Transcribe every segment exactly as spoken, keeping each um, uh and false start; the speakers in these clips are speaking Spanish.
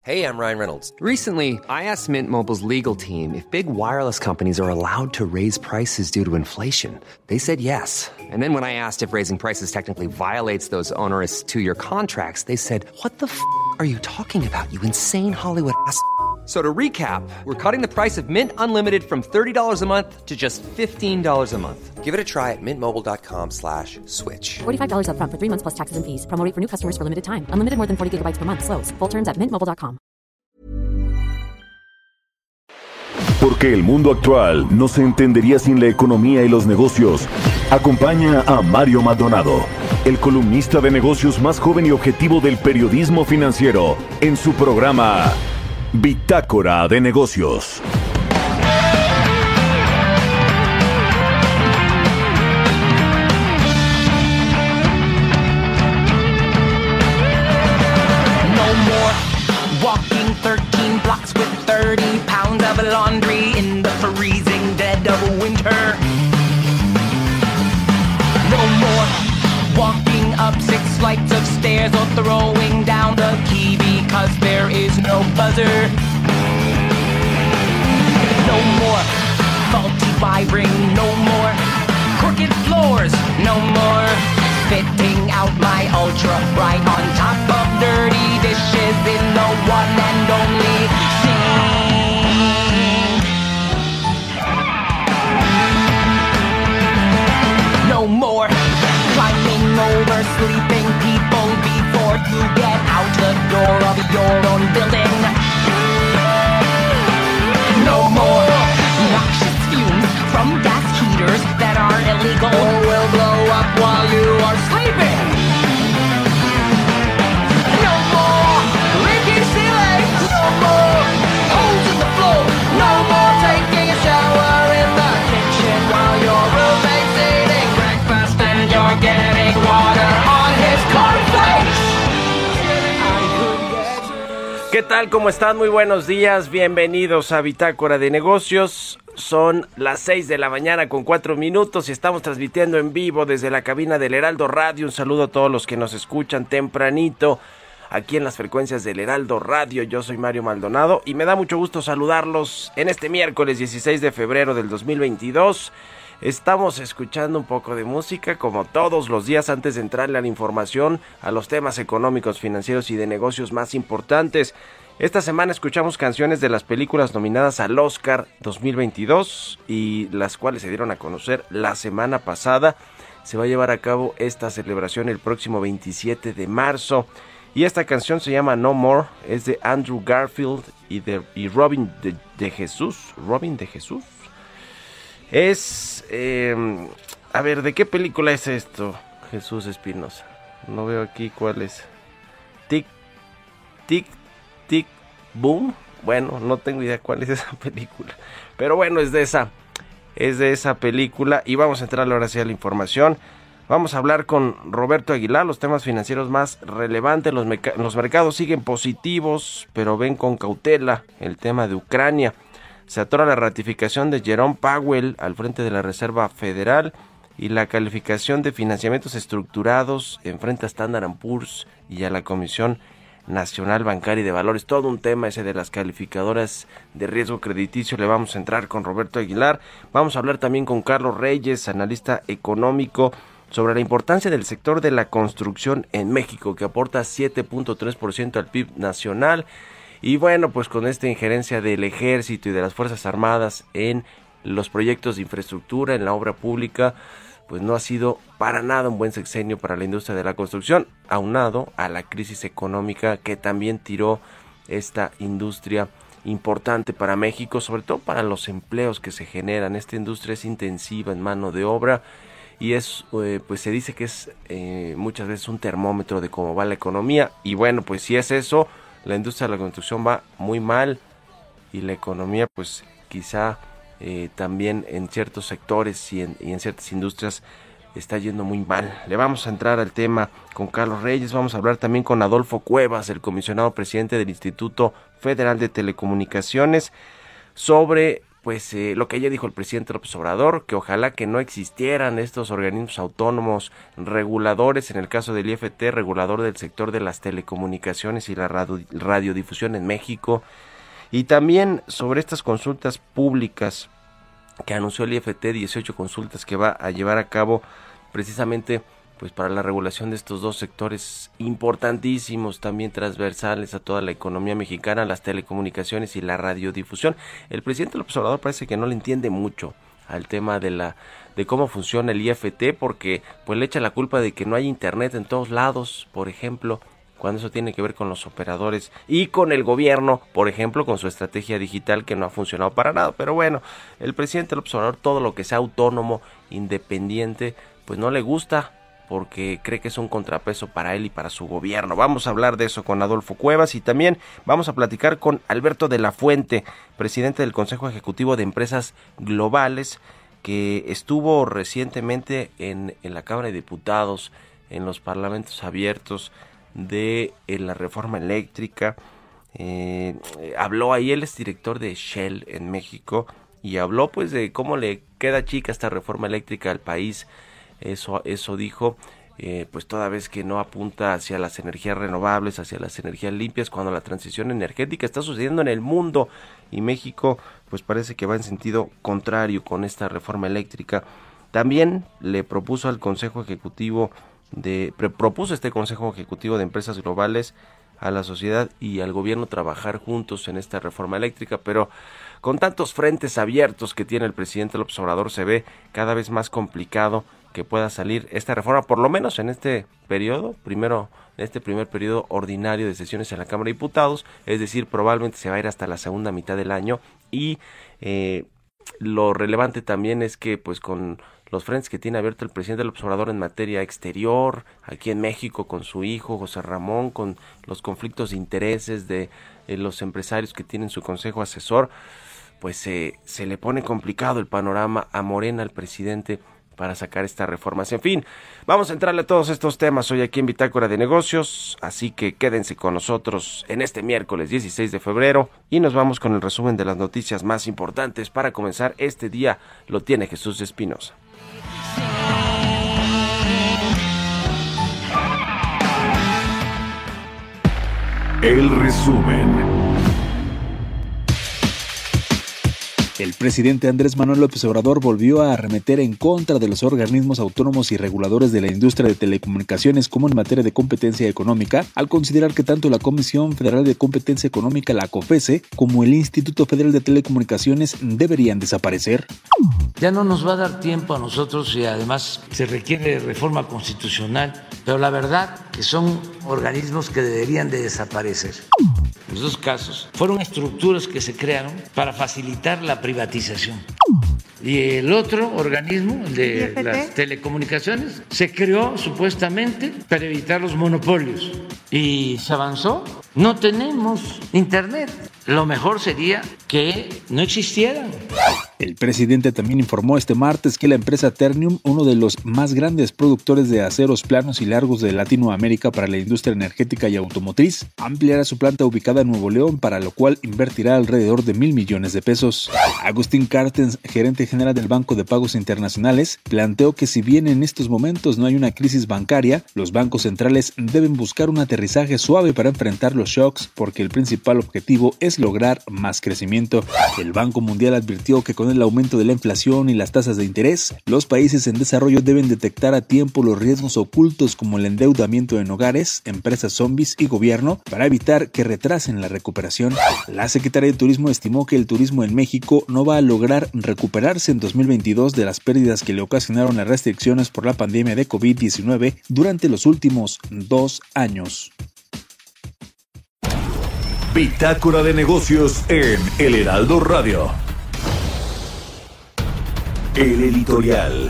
Hey, I'm Ryan Reynolds. Recently, I asked Mint Mobile's legal team if big wireless companies are allowed to raise prices due to inflation. They said yes. And then when I asked if raising prices technically violates those onerous two-year contracts, they said, what the f*** are you talking about, you insane Hollywood ass f- So to recap, we're cutting the price of Mint Unlimited from thirty dollars a month to just fifteen dollars a month. Give it a try at mintmobile.com slash switch. forty-five dollars up front for three months plus taxes and fees. Promo rate for new customers for limited time. Unlimited more than forty gigabytes per month. Slows full terms at mint mobile dot com. Porque el mundo actual no se entendería sin la economía y los negocios. Acompaña a Mario Maldonado, el columnista de negocios más joven y objetivo del periodismo financiero, en su programa Bitácora de Negocios. No more walking thirteen blocks with thirty pounds of laundry in the freezing dead of winter. No more walking up six flights of stairs or throwing down the key because there is no buzzer. No more faulty wiring, no more crooked floors, no more spitting out my ultra bright on top of dirty dishes in the one and only sink. No more climbing over sleeping people before you get out the door of your own building. No more noxious fumes from gas heaters that are illegal or will blow up while you are sleeping. No more leaky ceilings. No more holes in the floor. No more taking a shower in the kitchen while your roommate's eating breakfast and you're getting water on his cornflakes. ¿Qué tal? ¿Cómo están? Muy buenos días. Bienvenidos a Bitácora de Negocios. Son las seis de la mañana con cuatro minutos y estamos transmitiendo en vivo desde la cabina del Heraldo Radio. Un saludo a todos los que nos escuchan tempranito aquí en las frecuencias del Heraldo Radio. Yo soy Mario Maldonado y me da mucho gusto saludarlos en este miércoles dieciséis de febrero del dos mil veintidós. Estamos escuchando un poco de música como todos los días antes de entrarle a la información, a los temas económicos, financieros y de negocios más importantes. Esta semana escuchamos canciones de las películas nominadas al Oscar dos mil veintidós y las cuales se dieron a conocer la semana pasada. Se va a llevar a cabo esta celebración el próximo veintisiete de marzo y esta canción se llama No More, es de Andrew Garfield y, de, y Robin de, de Jesús. Robin de Jesús. Es, eh, a ver, ¿de qué película es esto? Jesús Espinosa. No veo aquí cuál es. Tic, tic, tic, boom. Bueno, no tengo idea cuál es esa película. Pero bueno, es de esa, es de esa película. Y vamos a entrar ahora sí a la información. Vamos a hablar con Roberto Aguilar, los temas financieros más relevantes. Los, meca- los mercados siguen positivos, pero ven con cautela el tema de Ucrania. Se atora la ratificación de Jerome Powell al frente de la Reserva Federal y la calificación de financiamientos estructurados enfrenta a Standard and Poor's y a la Comisión Nacional Bancaria y de Valores. Todo un tema ese de las calificadoras de riesgo crediticio. Le vamos a entrar con Roberto Aguilar. Vamos a hablar también con Carlos Reyes, analista económico, sobre la importancia del sector de la construcción en México, que aporta siete punto tres por ciento al P I B nacional. Y bueno, pues con esta injerencia del ejército y de las Fuerzas Armadas en los proyectos de infraestructura, en la obra pública, pues no ha sido para nada un buen sexenio para la industria de la construcción, aunado a la crisis económica que también tiró esta industria importante para México, sobre todo para los empleos que se generan. Esta industria es intensiva en mano de obra y es, eh, pues se dice que es eh, muchas veces un termómetro de cómo va la economía. Y bueno, pues si es eso, la industria de la construcción va muy mal y la economía pues quizá eh, también en ciertos sectores y en, y en ciertas industrias está yendo muy mal. Le vamos a entrar al tema con Carlos Reyes. Vamos a hablar también con Adolfo Cuevas, el comisionado presidente del Instituto Federal de Telecomunicaciones, sobre pues eh, lo que ya dijo el presidente López Obrador, que ojalá que no existieran estos organismos autónomos reguladores, en el caso del I F T, regulador del sector de las telecomunicaciones y la radio, radiodifusión en México, y también sobre estas consultas públicas que anunció el I F T, dieciocho consultas que va a llevar a cabo precisamente pues para la regulación de estos dos sectores importantísimos, también transversales a toda la economía mexicana, las telecomunicaciones y la radiodifusión. El presidente López Obrador parece que no le entiende mucho al tema de la de cómo funciona el I F T, porque pues le echa la culpa de que no hay internet en todos lados, por ejemplo, cuando eso tiene que ver con los operadores y con el gobierno, por ejemplo, con su estrategia digital que no ha funcionado para nada. Pero bueno, el presidente López Obrador, todo lo que sea autónomo, independiente, pues no le gusta, porque cree que es un contrapeso para él y para su gobierno. Vamos a hablar de eso con Adolfo Cuevas y también vamos a platicar con Alberto de la Fuente, presidente del Consejo Ejecutivo de Empresas Globales, que estuvo recientemente en, en la Cámara de Diputados, en los parlamentos abiertos de en la reforma eléctrica. Eh, habló ahí, él es director de Shell en México, y habló pues de cómo le queda chica esta reforma eléctrica al país. Eso, eso dijo, eh, pues toda vez que no apunta hacia las energías renovables, hacia las energías limpias, cuando la transición energética está sucediendo en el mundo y México pues parece que va en sentido contrario con esta reforma eléctrica. También le propuso al Consejo Ejecutivo de, pre, propuso este Consejo Ejecutivo de Empresas Globales a la sociedad y al gobierno trabajar juntos en esta reforma eléctrica, pero con tantos frentes abiertos que tiene el presidente López Obrador se ve cada vez más complicado que pueda salir esta reforma, por lo menos en este periodo, primero, en este primer periodo ordinario de sesiones en la Cámara de Diputados, es decir, probablemente se va a ir hasta la segunda mitad del año, y eh, lo relevante también es que pues con los frentes que tiene abierto el presidente López Obrador en materia exterior, aquí en México con su hijo José Ramón, con los conflictos de intereses de eh, los empresarios que tienen su consejo asesor, pues eh, se le pone complicado el panorama a Morena, al presidente, para sacar estas reformas. En fin, vamos a entrarle a todos estos temas hoy aquí en Bitácora de Negocios, así que quédense con nosotros en este miércoles dieciséis de febrero y nos vamos con el resumen de las noticias más importantes. Para comenzar, este día lo tiene Jesús Espinosa. El resumen. El presidente Andrés Manuel López Obrador volvió a arremeter en contra de los organismos autónomos y reguladores de la industria de telecomunicaciones como en materia de competencia económica, al considerar que tanto la Comisión Federal de Competencia Económica, la COFESE, como el Instituto Federal de Telecomunicaciones deberían desaparecer. Ya no nos va a dar tiempo a nosotros y además se requiere reforma constitucional, pero la verdad que son organismos que deberían de desaparecer. En los dos casos fueron estructuras que se crearon para facilitar la privatización. Y el otro organismo, el de las telecomunicaciones, se creó supuestamente para evitar los monopolios. Y se avanzó. No tenemos internet. Lo mejor sería que no existieran. El presidente también informó este martes que la empresa Ternium, uno de los más grandes productores de aceros planos y largos de Latinoamérica para la industria energética y automotriz, ampliará su planta ubicada en Nuevo León, para lo cual invertirá alrededor de mil millones de pesos. Agustín Carstens, gerente general del Banco de Pagos Internacionales, planteó que si bien en estos momentos no hay una crisis bancaria, los bancos centrales deben buscar un aterrizaje suave para enfrentar los shocks, porque el principal objetivo es lograr más crecimiento. El Banco Mundial advirtió que con el aumento de la inflación y las tasas de interés, los países en desarrollo deben detectar a tiempo los riesgos ocultos como el endeudamiento en hogares, empresas zombies y gobierno para evitar que retrasen la recuperación. La Secretaría de Turismo estimó que el turismo en México no va a lograr recuperarse en dos mil veintidós de las pérdidas que le ocasionaron las restricciones por la pandemia de COVID diecinueve durante los últimos dos años. Bitácora de Negocios en El Heraldo Radio. El editorial.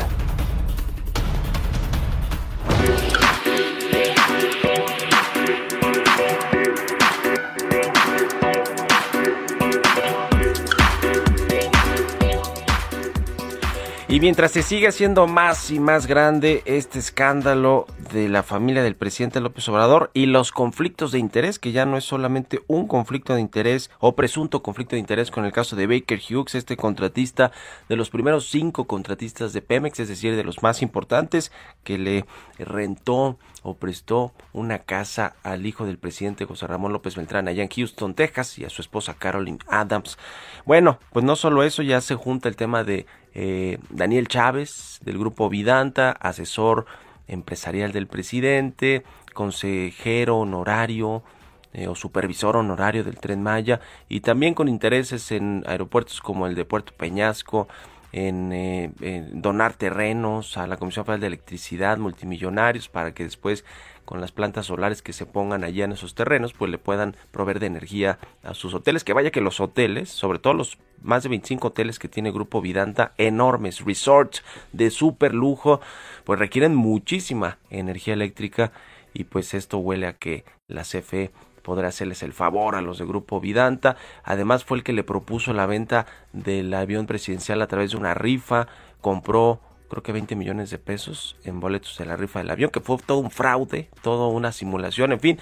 Y mientras se sigue haciendo más y más grande este escándalo de la familia del presidente López Obrador y los conflictos de interés, que ya no es solamente un conflicto de interés o presunto conflicto de interés con el caso de Baker Hughes, este contratista de los primeros cinco contratistas de Pemex, es decir, de los más importantes, que le rentó o prestó una casa al hijo del presidente José Ramón López Beltrán allá en Houston, Texas, y a su esposa Carolyn Adams. Bueno, pues no solo eso, ya se junta el tema de eh, Daniel Chávez, del grupo Vidanta, asesor empresarial del presidente, consejero honorario eh, o supervisor honorario del Tren Maya, y también con intereses en aeropuertos como el de Puerto Peñasco, En, eh, en donar terrenos a la Comisión Federal de Electricidad, multimillonarios, para que después con las plantas solares que se pongan allá en esos terrenos, pues le puedan proveer de energía a sus hoteles. Que vaya que los hoteles, sobre todo los más de veinticinco hoteles que tiene Grupo Vidanta, enormes, resorts de súper lujo, pues requieren muchísima energía eléctrica, y pues esto huele a que la C F E podrá hacerles el favor a los de Grupo Vidanta. Además fue el que le propuso la venta del avión presidencial a través de una rifa, compró creo que veinte millones de pesos en boletos de la rifa del avión, que fue todo un fraude, toda una simulación, en fin.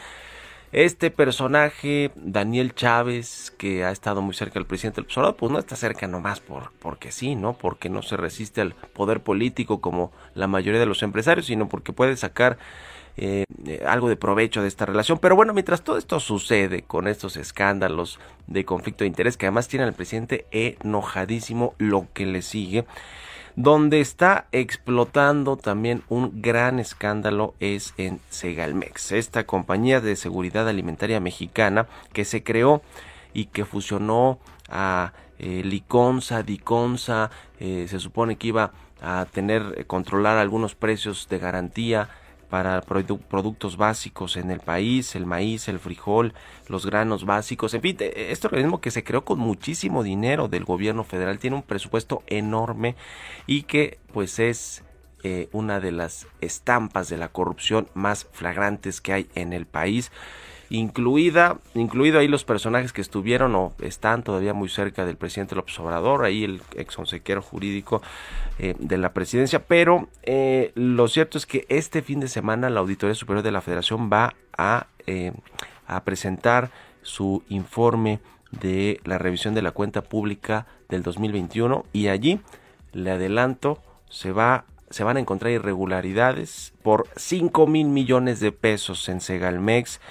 Este personaje, Daniel Chávez, que ha estado muy cerca del presidente López Obrador, pues no está cerca nomás por, porque sí, ¿no? Porque no se resiste al poder político como la mayoría de los empresarios, sino porque puede sacar Eh, eh, algo de provecho de esta relación. Pero bueno, mientras todo esto sucede con estos escándalos de conflicto de interés, que además tiene al presidente enojadísimo, lo que le sigue, donde está explotando también un gran escándalo es en Segalmex, esta compañía de seguridad alimentaria mexicana que se creó y que fusionó a eh, Liconza, Diconza, eh, se supone que iba a tener, eh, controlar algunos precios de garantía para produ- productos básicos en el país, el maíz, el frijol, los granos básicos, en fin, este organismo que se creó con muchísimo dinero del gobierno federal, tiene un presupuesto enorme y que pues es eh, una de las estampas de la corrupción más flagrantes que hay en el país, incluida, incluido ahí los personajes que estuvieron o están todavía muy cerca del presidente López Obrador, ahí el ex consejero jurídico eh, de la presidencia, pero eh, lo cierto es que este fin de semana la Auditoría Superior de la Federación va a, eh, a presentar su informe de la revisión de la cuenta pública del dos mil veintiuno, y allí, le adelanto, se va se van a encontrar irregularidades por cinco mil millones de pesos en Segalmex.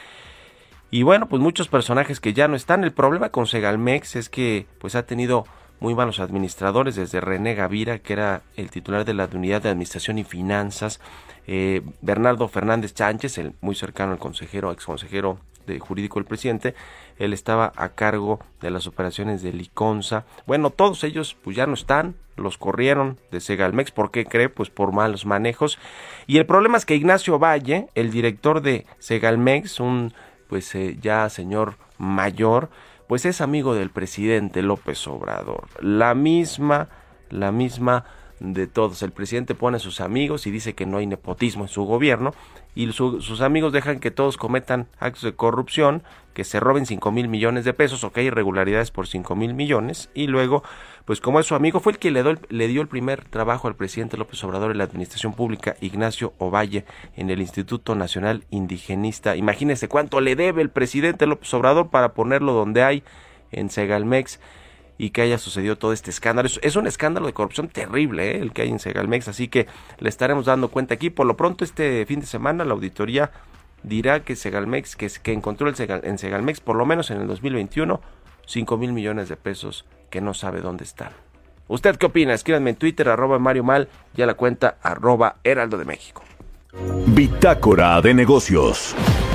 Y bueno, pues muchos personajes que ya no están. El problema con Segalmex es que pues ha tenido muy malos administradores, desde René Gavira, que era el titular de la Unidad de Administración y Finanzas, eh, Bernardo Fernández Sánchez, el muy cercano al consejero, ex consejero de jurídico del presidente, él estaba a cargo de las operaciones de Liconza. Bueno, todos ellos pues ya no están, los corrieron de Segalmex. ¿Por qué cree? Pues por malos manejos. Y el problema es que Ignacio Valle, el director de Segalmex, un pues eh, ya señor mayor, pues es amigo del presidente López Obrador. La misma, la misma de todos. El presidente pone a sus amigos y dice que no hay nepotismo en su gobierno, y su, sus amigos dejan que todos cometan actos de corrupción, que se roben cinco mil millones de pesos, o que hay irregularidades por cinco mil millones, y luego, pues como es su amigo, fue el que le, do, le dio el primer trabajo al presidente López Obrador en la administración pública, Ignacio Ovalle, en el Instituto Nacional Indigenista. Imagínense cuánto le debe el presidente López Obrador para ponerlo donde hay, en Segalmex, y que haya sucedido todo este escándalo. Es, es un escándalo de corrupción terrible, ¿eh? El que hay en Segalmex, así que le estaremos dando cuenta aquí. Por lo pronto, este fin de semana la auditoría dirá que Segalmex, que, que encontró el Segal, en Segalmex, por lo menos en el dos mil veintiuno, cinco mil millones de pesos que no sabe dónde están. ¿Usted qué opina? Escríbanme en Twitter, arroba Mario Mal, y a la cuenta arroba Heraldo de México. Bitácora de Negocios.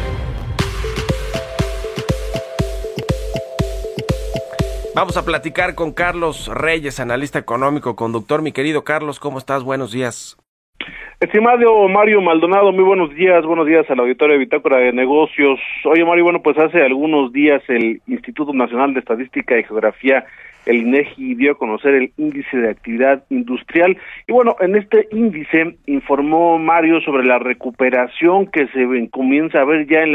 Vamos a platicar con Carlos Reyes, analista económico, conductor. Mi querido Carlos, ¿cómo estás? Buenos días. Estimado Mario Maldonado, muy buenos días, buenos días al auditorio de Bitácora de Negocios. Oye, Mario, bueno, pues hace algunos días el Instituto Nacional de Estadística y Geografía, el INEGI, dio a conocer el índice de actividad industrial, y bueno, en este índice informó Mario sobre la recuperación que se comienza a ver ya en la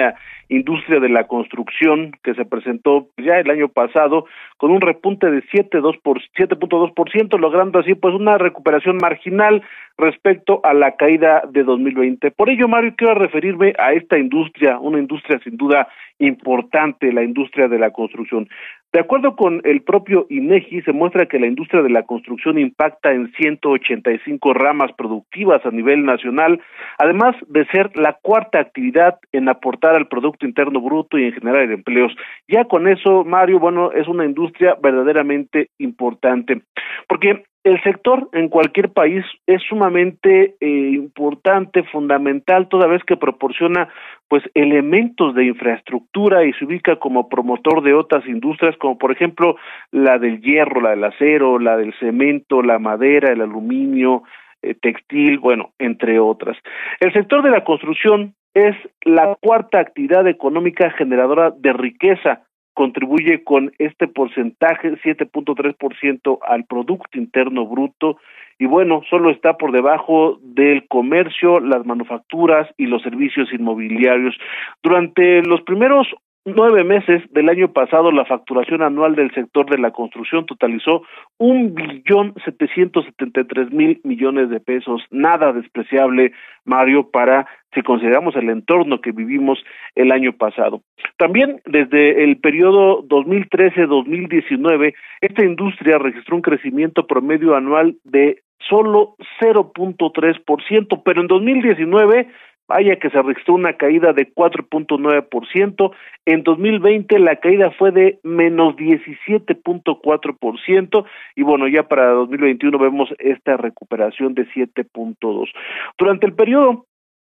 industria de la construcción que se presentó ya el año pasado con un repunte de siete punto dos por ciento, logrando así pues una recuperación marginal respecto a la caída de dos mil veinte. Por ello, Mario, quiero referirme a esta industria, una industria sin duda importante, la industria de la construcción. De acuerdo con el propio INEGI, se muestra que la industria de la construcción impacta en ciento ochenta y cinco ramas productivas a nivel nacional, además de ser la cuarta actividad en aportar al Producto Interno Bruto y en generar empleos. Ya con eso, Mario, bueno, es una industria verdaderamente importante, porque el sector en cualquier país es sumamente eh, importante, fundamental, toda vez que proporciona pues elementos de infraestructura y se ubica como promotor de otras industrias, como por ejemplo la del hierro, la del acero, la del cemento, la madera, el aluminio, eh, textil, bueno, entre otras. El sector de la construcción es la cuarta actividad económica generadora de riqueza, contribuye con este porcentaje, siete punto tres por ciento al Producto Interno Bruto, y bueno, solo está por debajo del comercio, las manufacturas y los servicios inmobiliarios. Durante los primeros nueve meses del año pasado, la facturación anual del sector de la construcción totalizó un billón setecientos setenta y tres mil millones de pesos, nada despreciable, Mario, para si consideramos el entorno que vivimos el año pasado. También desde el periodo dos mil trece a dos mil diecinueve, esta industria registró un crecimiento promedio anual de solo cero punto tres por ciento, pero en dos mil diecinueve vaya que se registró una caída de cuatro punto nueve por ciento, en dos mil veinte la caída fue de menos diecisiete punto cuatro por ciento, y bueno, ya para dos mil veintiuno vemos esta recuperación de siete punto dos. Durante el periodo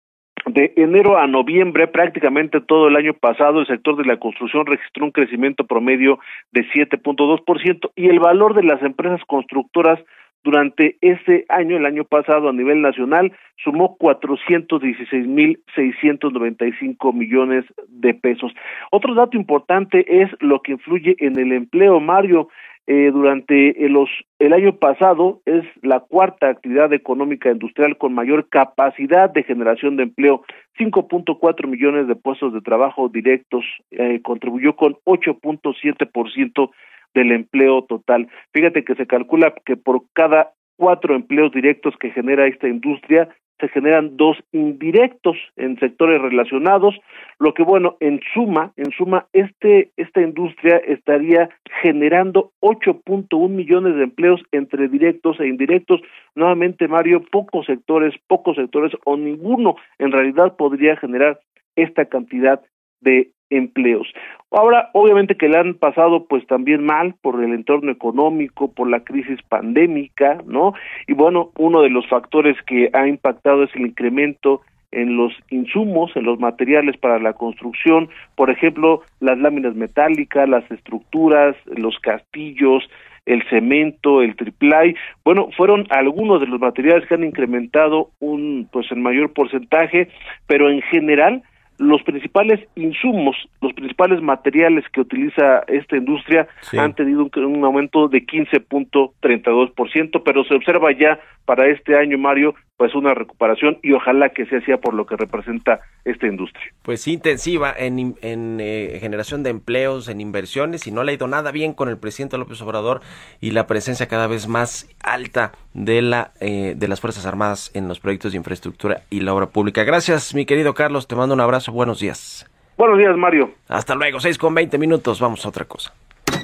de enero a noviembre, prácticamente todo el año pasado, el sector de la construcción registró un crecimiento promedio de siete punto dos por ciento, y el valor de las empresas constructoras durante ese año, el año pasado, a nivel nacional, sumó cuatrocientos dieciséis mil seiscientos noventa y cinco millones de pesos. Otro dato importante es lo que influye en el empleo, Mario. Eh, durante los, el año pasado es la cuarta actividad económica industrial con mayor capacidad de generación de empleo, cinco punto cuatro millones de puestos de trabajo directos, eh, contribuyó con ocho punto siete por ciento del empleo total. Fíjate que se calcula que por cada cuatro empleos directos que genera esta industria, se generan dos indirectos en sectores relacionados, lo que bueno, en suma, en suma, este, esta industria estaría generando ocho punto uno millones de empleos entre directos e indirectos. Nuevamente, Mario, pocos sectores, pocos sectores o ninguno en realidad podría generar esta cantidad de empleos. Ahora, obviamente que le han pasado pues también mal por el entorno económico, por la crisis pandémica, ¿no? Y bueno, uno de los factores que ha impactado es el incremento en los insumos, en los materiales para la construcción, por ejemplo, las láminas metálicas, las estructuras, los castillos, el cemento, el triplay, bueno, fueron algunos de los materiales que han incrementado un pues en mayor porcentaje, pero en general los principales insumos, los principales materiales que utiliza esta industria sí. han tenido un, un aumento de quince punto treinta y dos por ciento, pero se observa ya para este año, Mario, pues una recuperación y ojalá que sea así por lo que representa esta industria. Pues intensiva en, en eh, generación de empleos, en inversiones, y no le ha ido nada bien con el presidente López Obrador y la presencia cada vez más alta de la eh, de las Fuerzas Armadas en los proyectos de infraestructura y la obra pública. Gracias, mi querido Carlos, te mando un abrazo, buenos días. Buenos días, Mario. Hasta luego, seis con veinte minutos, vamos a otra cosa.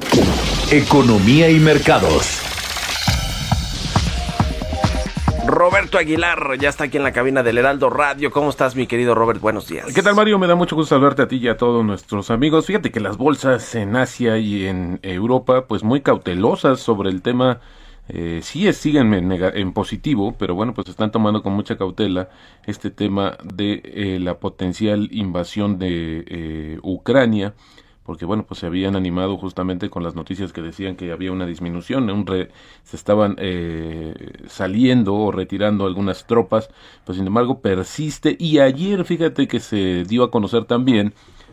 Economía y mercados. Roberto Aguilar ya está aquí en la cabina del Heraldo Radio. ¿Cómo estás, mi querido Robert? Buenos días. ¿Qué tal, Mario? Me da mucho gusto saludarte a ti y a todos nuestros amigos. Fíjate que las bolsas en Asia y en Europa, pues muy cautelosas sobre el tema. Eh, sí siguen en, en positivo, pero bueno, pues están tomando con mucha cautela este tema de eh, la potencial invasión de eh, Ucrania, porque bueno, pues se habían animado justamente con las noticias que decían que había una disminución, un re, se estaban eh, saliendo o retirando algunas tropas, pues sin embargo persiste, y ayer fíjate que se dio a conocer también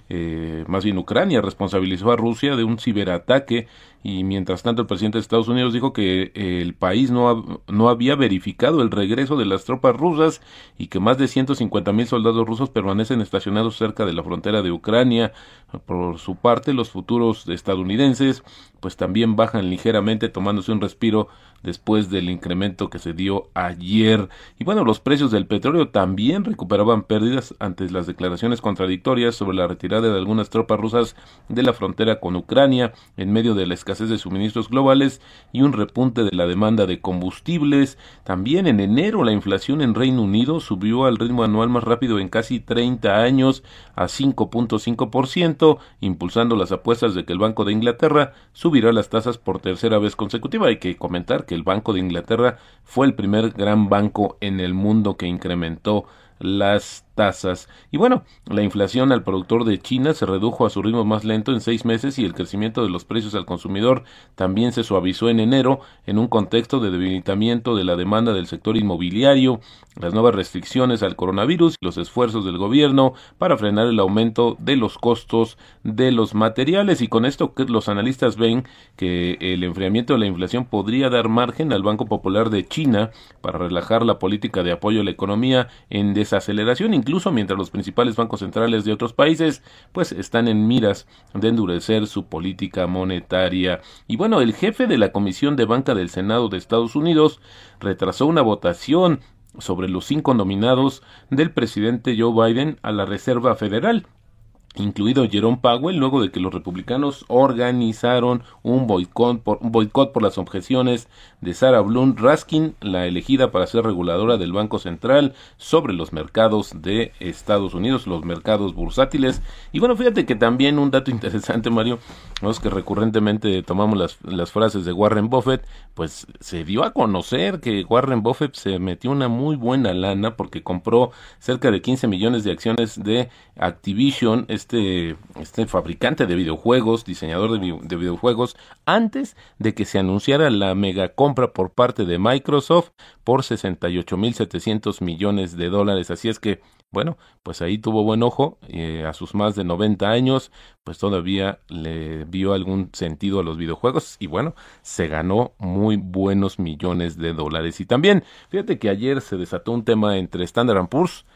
eh, más bien Ucrania responsabilizó a Rusia de un ciberataque, y mientras tanto el presidente de Estados Unidos dijo que eh, el país no, ha, no había verificado el regreso de las tropas rusas y que más de ciento cincuenta mil soldados rusos permanecen estacionados cerca de la frontera de Ucrania. Por su parte, los futuros estadounidenses pues también bajan ligeramente, tomándose un respiro después del incremento que se dio ayer. Y bueno, los precios del petróleo también recuperaban pérdidas ante las declaraciones contradictorias sobre la retirada de algunas tropas rusas de la frontera con Ucrania en medio de la escasez de suministros globales y un repunte de la demanda de combustibles. También en enero la inflación en Reino Unido subió al ritmo anual más rápido en casi treinta años, a cinco punto cinco por ciento, impulsando las apuestas de que el Banco de Inglaterra subirá las tasas por tercera vez consecutiva. Hay que comentar que el Banco de Inglaterra fue el primer gran banco en el mundo que incrementó las tasas. Y bueno, la inflación al productor de China se redujo a su ritmo más lento en seis meses y el crecimiento de los precios al consumidor también se suavizó en enero en un contexto de debilitamiento de la demanda del sector inmobiliario, las nuevas restricciones al coronavirus y los esfuerzos del gobierno para frenar el aumento de los costos de los materiales. Y con esto los analistas ven que el enfriamiento de la inflación podría dar margen al Banco Popular de China para relajar la política de apoyo a la economía en desaceleración, incluso mientras los principales bancos centrales de otros países pues están en miras de endurecer su política monetaria. Y bueno, el jefe de la Comisión de Banca del Senado de Estados Unidos retrasó una votación sobre los cinco nominados del presidente Joe Biden a la Reserva Federal, incluido Jerome Powell, luego de que los republicanos organizaron un boicot por, un boicot por las objeciones de Sarah Bloom Raskin, la elegida para ser reguladora del Banco Central sobre los mercados de Estados Unidos, los mercados bursátiles. Y bueno, fíjate que también un dato interesante, Mario, es que recurrentemente tomamos las, las frases de Warren Buffett, pues se dio a conocer que Warren Buffett se metió una muy buena lana porque compró cerca de quince millones de acciones de Activision, este, este fabricante de videojuegos, diseñador de, vi- de videojuegos, antes de que se anunciara la mega compra por parte de Microsoft por sesenta y ocho mil setecientos millones de dólares. Así es que, bueno, pues ahí tuvo buen ojo, eh, a sus más de noventa años, pues todavía le vio algún sentido a los videojuegos y bueno, se ganó muy buenos millones de dólares. Y también, fíjate que ayer se desató un tema entre Standard and Poor's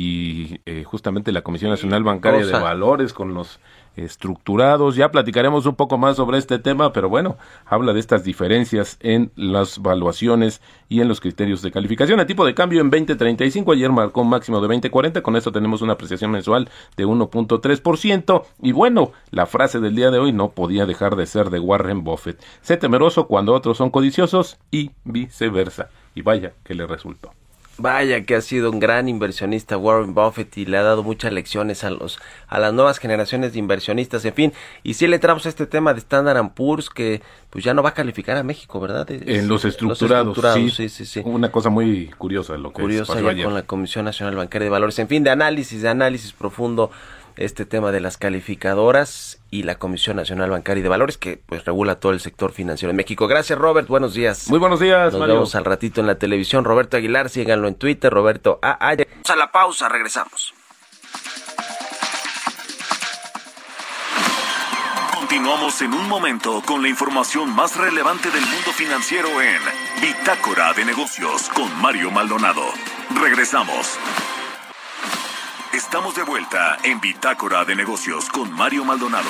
y eh, justamente la Comisión Nacional Bancaria cosa. de Valores con los estructurados. Ya platicaremos un poco más sobre este tema, pero bueno, habla de estas diferencias en las valuaciones y en los criterios de calificación. El tipo de cambio en veinte treinta y cinco, ayer marcó un máximo de veinte cuarenta, con esto tenemos una apreciación mensual de uno punto tres por ciento. Y bueno, la frase del día de hoy no podía dejar de ser de Warren Buffett: sé temeroso cuando otros son codiciosos y viceversa. Y vaya que le resultó. Vaya que ha sido un gran inversionista Warren Buffett y le ha dado muchas lecciones a los a las nuevas generaciones de inversionistas, en fin. Y sí le entramos a este tema de Standard and Poor's, que pues ya no va a calificar a México, ¿verdad? Es, En los estructurados, los estructurados sí, sí, sí, sí. Una cosa muy curiosa lo que Curiosa pasó ya ayer. con la Comisión Nacional Bancaria de Valores. En fin, de análisis, de análisis profundo este tema de las calificadoras y la Comisión Nacional Bancaria de Valores, que pues regula todo el sector financiero en México. Gracias, Robert, buenos días. Muy buenos días, Nos Mario. vemos al ratito en la televisión. Roberto Aguilar, síganlo en Twitter, Roberto A. Aya. Vamos a la pausa, regresamos. Continuamos en un momento con la información más relevante del mundo financiero en Bitácora de Negocios con Mario Maldonado. Regresamos. Estamos de vuelta en Bitácora de Negocios con Mario Maldonado.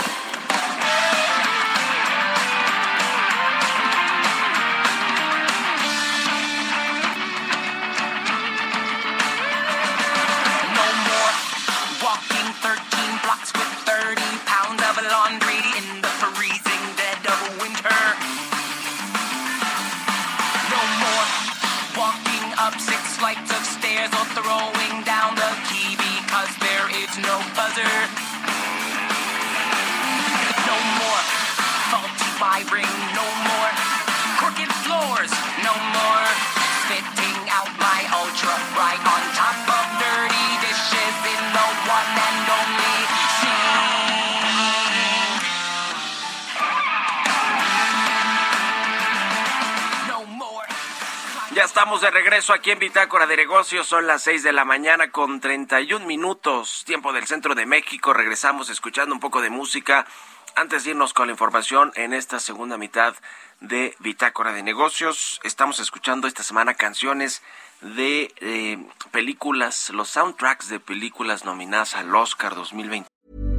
No more walking thirteen blocks with thirty pounds of laundry in the freezing dead of winter. No more walking up six flights of stairs or throwing down the key because there is no buzzer. No more faulty wiring, no more crooked floors, no more spitting out my ultra bright on top of dirty dishes in the one and only sink. No more. Ya estamos de regreso aquí en Bitácora de Negocios. Son las seis de la mañana con treinta y un minutos, tiempo del centro de México. Regresamos escuchando un poco de música antes de irnos con la información en esta segunda mitad de Bitácora de Negocios. Estamos escuchando esta semana canciones de eh, películas, los soundtracks de películas nominadas al Oscar dos mil veinte.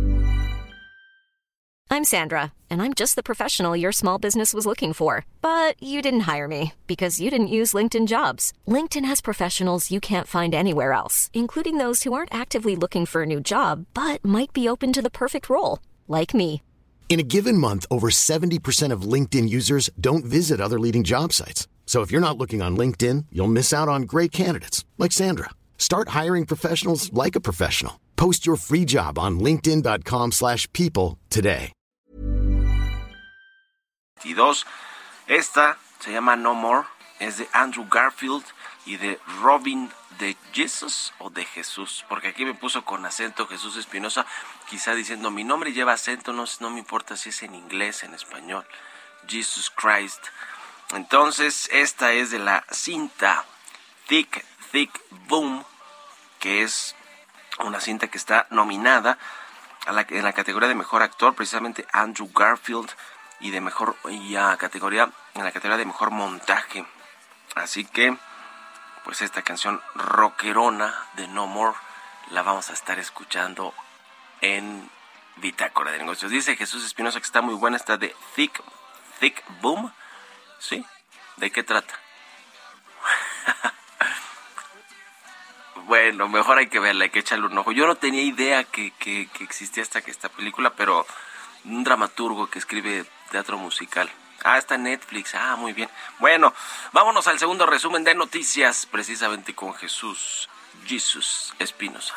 I'm Sandra, and I'm just the professional your small business was looking for. But you didn't hire me because you didn't use LinkedIn Jobs. LinkedIn has professionals you can't find anywhere else, including those who aren't actively looking for a new job, but might be open to the perfect role, like me. In a given month, over seventy percent of LinkedIn users don't visit other leading job sites. So if you're not looking on LinkedIn, you'll miss out on great candidates, like Sandra. Start hiring professionals like a professional. Post your free job on linkedin.com slash people today. Esta se llama No More, es de Andrew Garfield y de Robin de Jesus o de Jesús, porque aquí me puso con acento Jesús Espinosa, quizá diciendo mi nombre lleva acento, no, no me importa si es en inglés, en español, Jesus Christ. Entonces esta es de la cinta Thick, Thick, Boom, que es una cinta que está nominada a la, en la categoría de mejor actor, precisamente Andrew Garfield, y de mejor y a categoría en la categoría de mejor montaje. Así que pues esta canción rockerona de No More la vamos a estar escuchando en Bitácora de Negocios. Dice Jesús Espinosa que está muy buena esta de Thick, Thick Boom. ¿Sí? ¿De qué trata? Bueno, mejor hay que verla, hay que echarle un ojo. Yo no tenía idea que, que, que existía esta, esta película, pero un dramaturgo que escribe teatro musical. Ah, está en Netflix. Ah, muy bien. Bueno, vámonos al segundo resumen de noticias, precisamente con Jesús, Jesús Espinosa.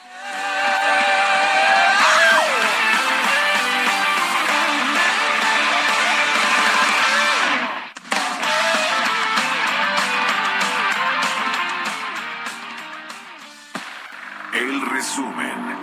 El resumen.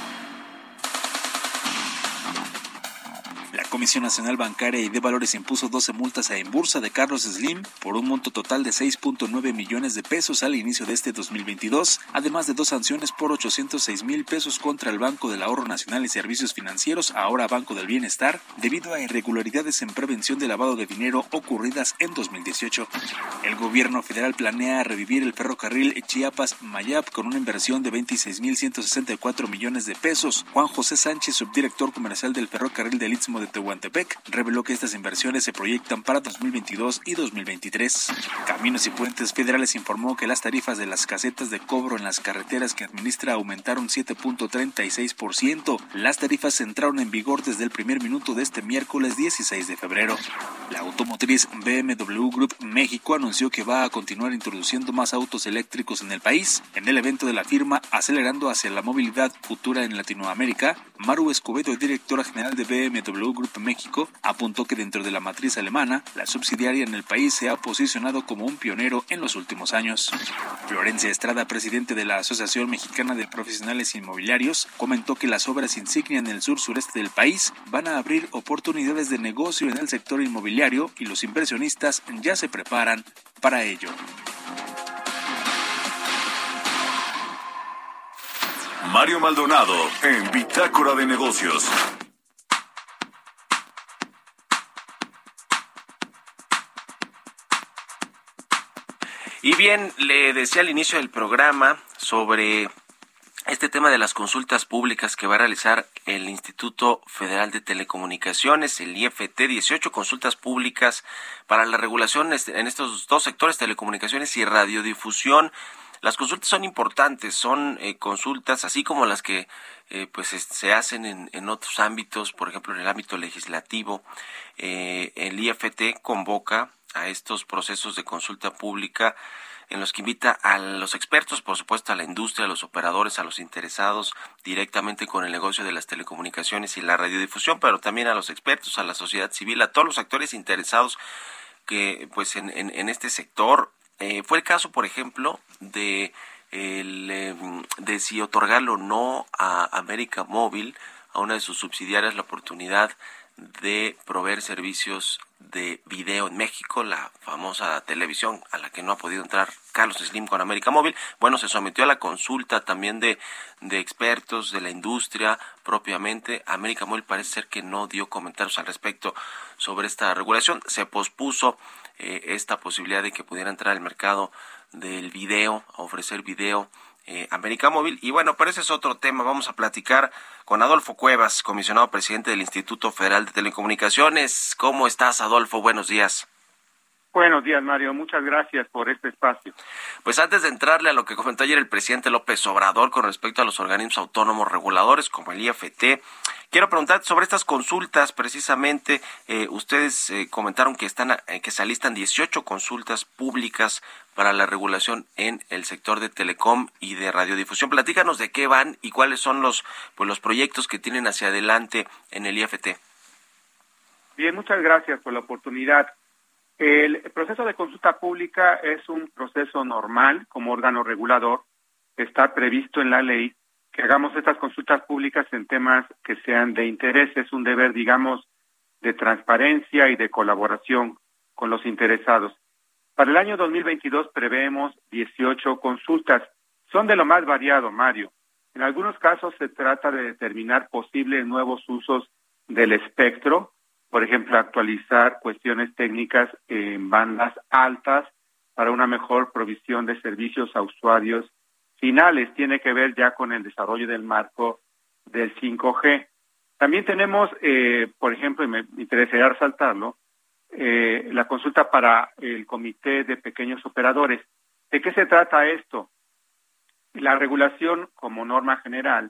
La Comisión Nacional Bancaria y de Valores impuso doce multas a Inbursa de Carlos Slim por un monto total de seis punto nueve millones de pesos al inicio de este dos mil veintidós, además de dos sanciones por ochocientos seis mil pesos contra el Banco del Ahorro Nacional y Servicios Financieros, ahora Banco del Bienestar, debido a irregularidades en prevención de lavado de dinero ocurridas en dos mil dieciocho. El gobierno federal planea revivir el ferrocarril Chiapas-Mayap con una inversión de veintiséis mil ciento sesenta y cuatro millones de pesos. Juan José Sánchez, subdirector comercial del ferrocarril del Istmo de Tehuantepec, reveló que estas inversiones se proyectan para dos mil veintidós y dos mil veintitrés. Caminos y Puentes Federales informó que las tarifas de las casetas de cobro en las carreteras que administra aumentaron siete punto treinta y seis por ciento. Las tarifas entraron en vigor desde el primer minuto de este miércoles dieciséis de febrero. La automotriz B M W Group México anunció que va a continuar introduciendo más autos eléctricos en el país. En el evento de la firma Acelerando hacia la movilidad futura en Latinoamérica, Maru Escobedo, directora general de B M W Group México, apuntó que dentro de la matriz alemana, la subsidiaria en el país se ha posicionado como un pionero en los últimos años. Florencia Estrada, presidente de la Asociación Mexicana de Profesionales Inmobiliarios, comentó que las obras insignia en el sur sureste del país van a abrir oportunidades de negocio en el sector inmobiliario y los inversionistas ya se preparan para ello. Mario Maldonado en Bitácora de Negocios. Y bien, le decía al inicio del programa sobre este tema de las consultas públicas que va a realizar el Instituto Federal de Telecomunicaciones, el I F T, dieciocho consultas públicas para la regulación en estos dos sectores, telecomunicaciones y radiodifusión. Las consultas son importantes, son eh, consultas así como las que eh, pues se hacen en, en otros ámbitos, por ejemplo en el ámbito legislativo. Eh, el I F T convoca a estos procesos de consulta pública en los que invita a los expertos, por supuesto a la industria, a los operadores, a los interesados directamente con el negocio de las telecomunicaciones y la radiodifusión, pero también a los expertos, a la sociedad civil, a todos los actores interesados que pues en, en, en este sector. Eh, fue el caso, por ejemplo, de, el, eh, de si otorgarle o no a América Móvil, a una de sus subsidiarias, la oportunidad de proveer servicios de video en México, la famosa televisión a la que no ha podido entrar Carlos Slim con América Móvil. Bueno, se sometió a la consulta también de, de expertos de la industria propiamente. América Móvil parece ser que no dio comentarios al respecto sobre esta regulación. Se pospuso eh, esta posibilidad de que pudiera entrar al mercado del video, a ofrecer video Eh, América Móvil. Y bueno, pero ese es otro tema. Vamos a platicar con Adolfo Cuevas, comisionado presidente del Instituto Federal de Telecomunicaciones. ¿Cómo estás, Adolfo? Buenos días. Buenos días, Mario. Muchas gracias por este espacio. Pues antes de entrarle a lo que comentó ayer el presidente López Obrador con respecto a los organismos autónomos reguladores como el I F T, quiero preguntar sobre estas consultas precisamente. Eh, ustedes eh, comentaron que están eh, que se alistan dieciocho consultas públicas para la regulación en el sector de telecom y de radiodifusión. Platícanos de qué van y cuáles son los pues los proyectos que tienen hacia adelante en el I F T. Bien, muchas gracias por la oportunidad. El proceso de consulta pública es un proceso normal como órgano regulador. Está previsto en la ley que hagamos estas consultas públicas en temas que sean de interés. Es un deber, digamos, de transparencia y de colaboración con los interesados. Para el año dos mil veintidós preveemos dieciocho consultas. Son de lo más variado, Mario. En algunos casos se trata de determinar posibles nuevos usos del espectro, por ejemplo, actualizar cuestiones técnicas en bandas altas para una mejor provisión de servicios a usuarios finales. Tiene que ver ya con el desarrollo del marco del cinco G. También tenemos, eh, por ejemplo, y me interesaría resaltarlo, eh, la consulta para el Comité de Pequeños Operadores. ¿De qué se trata esto? La regulación, como norma general,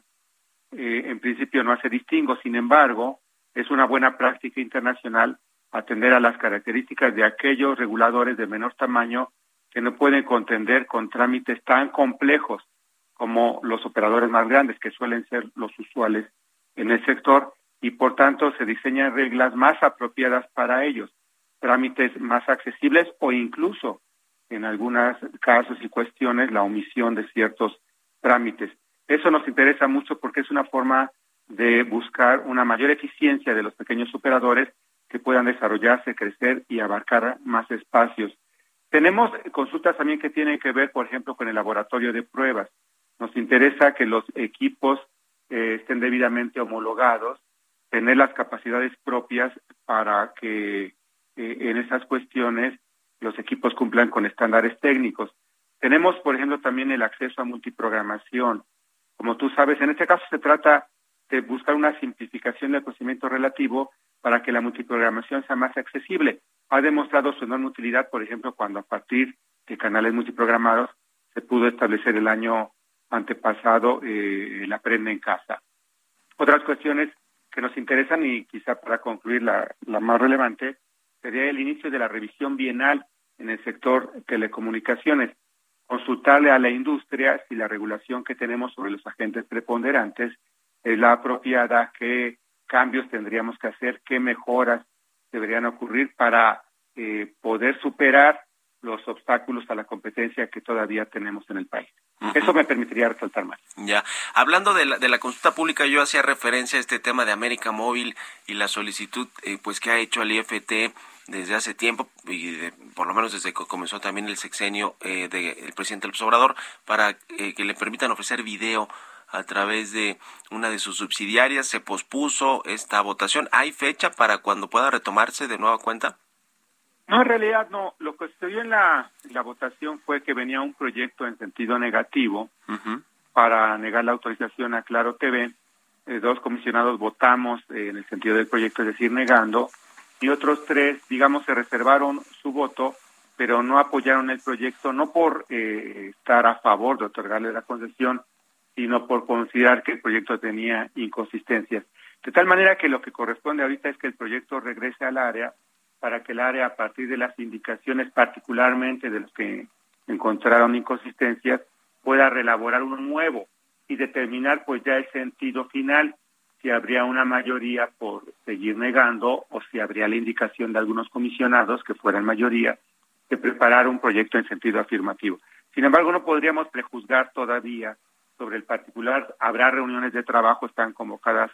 eh, en principio no hace distingo. Sin embargo, es una buena práctica internacional atender a las características de aquellos reguladores de menor tamaño que no pueden contender con trámites tan complejos como los operadores más grandes, que suelen ser los usuales en el sector, y por tanto se diseñan reglas más apropiadas para ellos, trámites más accesibles o incluso, en algunos casos y cuestiones, la omisión de ciertos trámites. Eso nos interesa mucho porque es una forma de buscar una mayor eficiencia de los pequeños operadores que puedan desarrollarse, crecer y abarcar más espacios. Tenemos consultas también que tienen que ver, por ejemplo, con el laboratorio de pruebas. Nos interesa que los equipos eh, estén debidamente homologados, tener las capacidades propias para que eh, en esas cuestiones los equipos cumplan con estándares técnicos. Tenemos, por ejemplo, también el acceso a multiprogramación. Como tú sabes, en este caso se trata de buscar una simplificación del procedimiento relativo para que la multiprogramación sea más accesible. Ha demostrado su enorme utilidad, por ejemplo, cuando a partir de canales multiprogramados se pudo establecer el año antepasado eh, el Aprende en Casa. Otras cuestiones que nos interesan, y quizá para concluir la, la más relevante, sería el inicio de la revisión bienal en el sector telecomunicaciones. Consultarle a la industria si la regulación que tenemos sobre los agentes preponderantes es la apropiada, qué cambios tendríamos que hacer, qué mejoras deberían ocurrir para eh, poder superar los obstáculos a la competencia que todavía tenemos en el país. Uh-huh. Eso me permitiría resaltar más. Ya, hablando de la, de la consulta pública, yo hacía referencia a este tema de América Móvil y la solicitud eh, pues que ha hecho al I F T desde hace tiempo, y de, por lo menos desde que comenzó también el sexenio eh, del presidente López Obrador, para eh, que le permitan ofrecer video a través de una de sus subsidiarias. Se pospuso esta votación. ¿Hay fecha para cuando pueda retomarse de nueva cuenta? No, en realidad no. Lo que sucedió en la, la votación fue que venía un proyecto en sentido negativo uh-huh. para negar la autorización a Claro T V. Eh, dos comisionados votamos eh, en el sentido del proyecto, es decir, negando, y otros tres, digamos, se reservaron su voto, pero no apoyaron el proyecto, no por eh, estar a favor de otorgarle la concesión, sino por considerar que el proyecto tenía inconsistencias. De tal manera que lo que corresponde ahorita es que el proyecto regrese al área, para que el área, a partir de las indicaciones, particularmente de los que encontraron inconsistencias, pueda reelaborar uno nuevo y determinar pues ya el sentido final, si habría una mayoría por seguir negando o si habría la indicación de algunos comisionados, que fueran mayoría, de preparar un proyecto en sentido afirmativo. Sin embargo, no podríamos prejuzgar todavía sobre el particular. Habrá reuniones de trabajo, están convocadas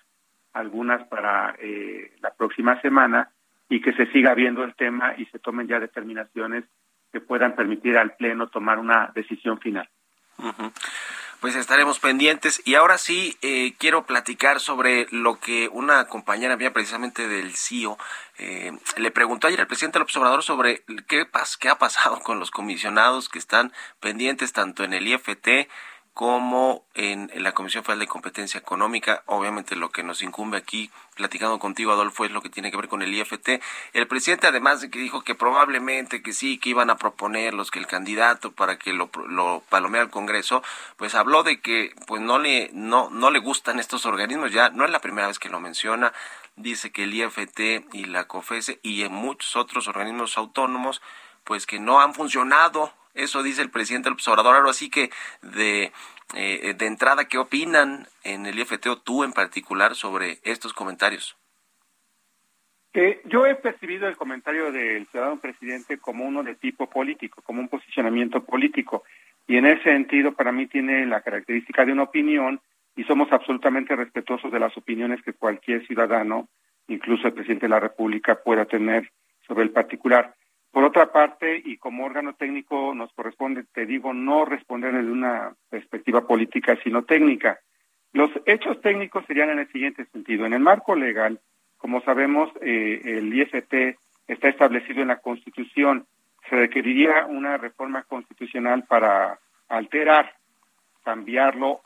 algunas para eh, la próxima semana, y que se siga viendo el tema y se tomen ya determinaciones que puedan permitir al Pleno tomar una decisión final. Uh-huh. Pues estaremos pendientes. Y ahora sí, eh, quiero platicar sobre lo que una compañera mía, precisamente del C I O, eh, le preguntó ayer al presidente López Obrador sobre qué, pas- qué ha pasado con los comisionados que están pendientes tanto en el I F T como en, en la Comisión Federal de Competencia Económica. Obviamente lo que nos incumbe aquí, platicando contigo, Adolfo, es lo que tiene que ver con el I F T. El presidente, además de que dijo que probablemente que sí, que iban a proponerlos, que el candidato para que lo, lo palomea al Congreso, pues habló de que pues no le no no le gustan estos organismos. Ya no es la primera vez que lo menciona. Dice que el I F T y la COFESE y en muchos otros organismos autónomos pues que no han funcionado. Eso dice el presidente López Obrador. Ahora sí que de, eh, de entrada, ¿qué opinan en el I F T o tú en particular sobre estos comentarios? Eh, yo he percibido el comentario del ciudadano presidente como uno de tipo político, como un posicionamiento político, y en ese sentido para mí tiene la característica de una opinión, y somos absolutamente respetuosos de las opiniones que cualquier ciudadano, incluso el presidente de la República, pueda tener sobre el particular. Por otra parte, y como órgano técnico nos corresponde, te digo, no responder desde una perspectiva política, sino técnica. Los hechos técnicos serían en el siguiente sentido. En el marco legal, como sabemos, eh, el I F T está establecido en la Constitución. Se requeriría una reforma constitucional para alterar, cambiarlo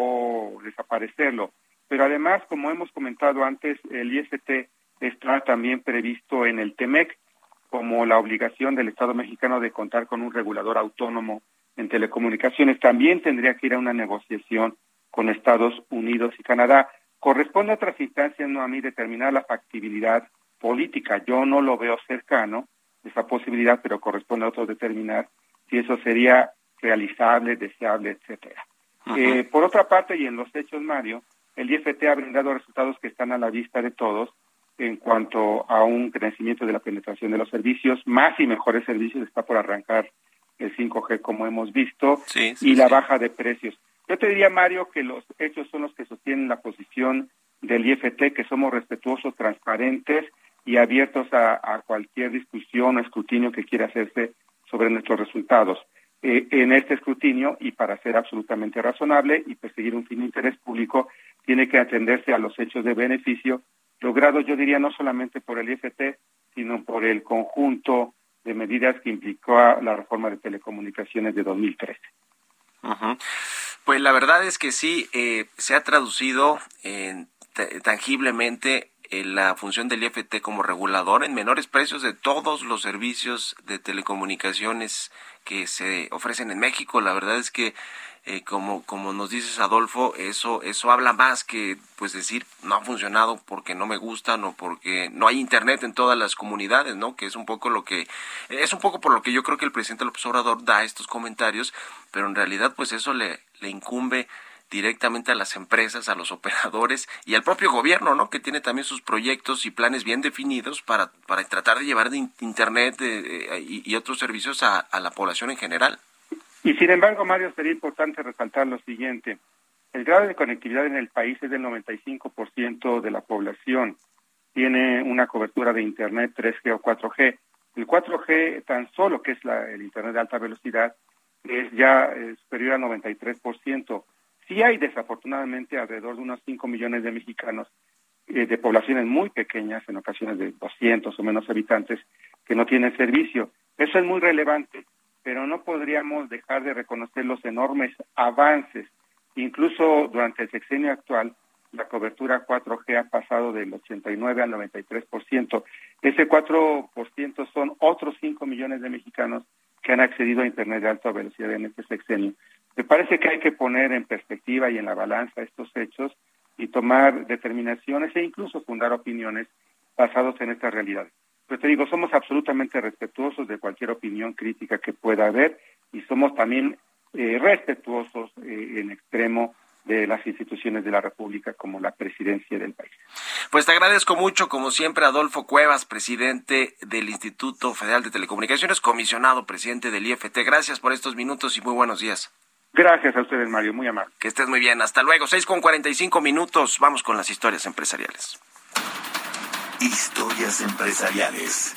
o desaparecerlo. Pero además, como hemos comentado antes, el I F T está también previsto en el T M E C, como la obligación del Estado mexicano de contar con un regulador autónomo en telecomunicaciones. También tendría que ir a una negociación con Estados Unidos y Canadá. Corresponde a otras instancias, no a mí, determinar la factibilidad política. Yo no lo veo cercano, esa posibilidad, pero corresponde a otros determinar si eso sería realizable, deseable, etcétera. Uh-huh. Eh, por otra parte, y en los hechos, Mario, el I F T ha brindado resultados que están a la vista de todos, en cuanto a un crecimiento de la penetración de los servicios, más y mejores servicios. Está por arrancar el cinco G, como hemos visto, sí, sí, y la sí. baja de precios. Yo te diría, Mario, que los hechos son los que sostienen la posición del I F T, que somos respetuosos, transparentes y abiertos a, a cualquier discusión o escrutinio que quiera hacerse sobre nuestros resultados. Eh, en este escrutinio, y para ser absolutamente razonable y perseguir un fin de interés público, tiene que atenderse a los hechos de beneficio logrado, yo diría, no solamente por el I F T, sino por el conjunto de medidas que implicó la reforma de telecomunicaciones de dos mil trece. Uh-huh. Pues la verdad es que sí, eh, se ha traducido eh, t- tangiblemente en la función del I F T como regulador en menores precios de todos los servicios de telecomunicaciones que se ofrecen en México. La verdad es que Eh, como como nos dices, Adolfo, eso eso habla más que pues decir no ha funcionado porque no me gustan o porque no hay internet en todas las comunidades, ¿no? Que es un poco lo que es un poco por lo que yo creo que el presidente López Obrador da estos comentarios, pero en realidad pues eso le le incumbe directamente a las empresas, a los operadores y al propio gobierno, ¿no? Que tiene también sus proyectos y planes bien definidos para para tratar de llevar de internet eh, y, y otros servicios a, a la población en general. Y sin embargo, Mario, sería importante resaltar lo siguiente. El grado de conectividad en el país es del noventa y cinco por ciento de la población. Tiene una cobertura de Internet tres G o cuatro G. El cuatro G, tan solo que es la, el Internet de alta velocidad, es ya eh, superior al noventa y tres por ciento. Sí hay, desafortunadamente, alrededor de unos cinco millones de mexicanos, eh, de poblaciones muy pequeñas, en ocasiones de doscientos o menos habitantes, que no tienen servicio. Eso es muy relevante, pero no podríamos dejar de reconocer los enormes avances. Incluso durante el sexenio actual, la cobertura cuatro G ha pasado del ochenta y nueve al noventa y tres por ciento. Ese cuatro por ciento son otros cinco millones de mexicanos que han accedido a Internet de alta velocidad en este sexenio. Me parece que hay que poner en perspectiva y en la balanza estos hechos y tomar determinaciones e incluso fundar opiniones basados en estas realidades. Pero te digo, somos absolutamente respetuosos de cualquier opinión crítica que pueda haber y somos también eh, respetuosos eh, en extremo de las instituciones de la República como la presidencia del país. Pues te agradezco mucho, como siempre, Adolfo Cuevas, presidente del Instituto Federal de Telecomunicaciones, comisionado presidente del I F T. Gracias por estos minutos y muy buenos días. Gracias a ustedes, Mario, muy amable. Que estés muy bien, hasta luego. seis con cuarenta y cinco minutos, vamos con las historias empresariales. Historias empresariales.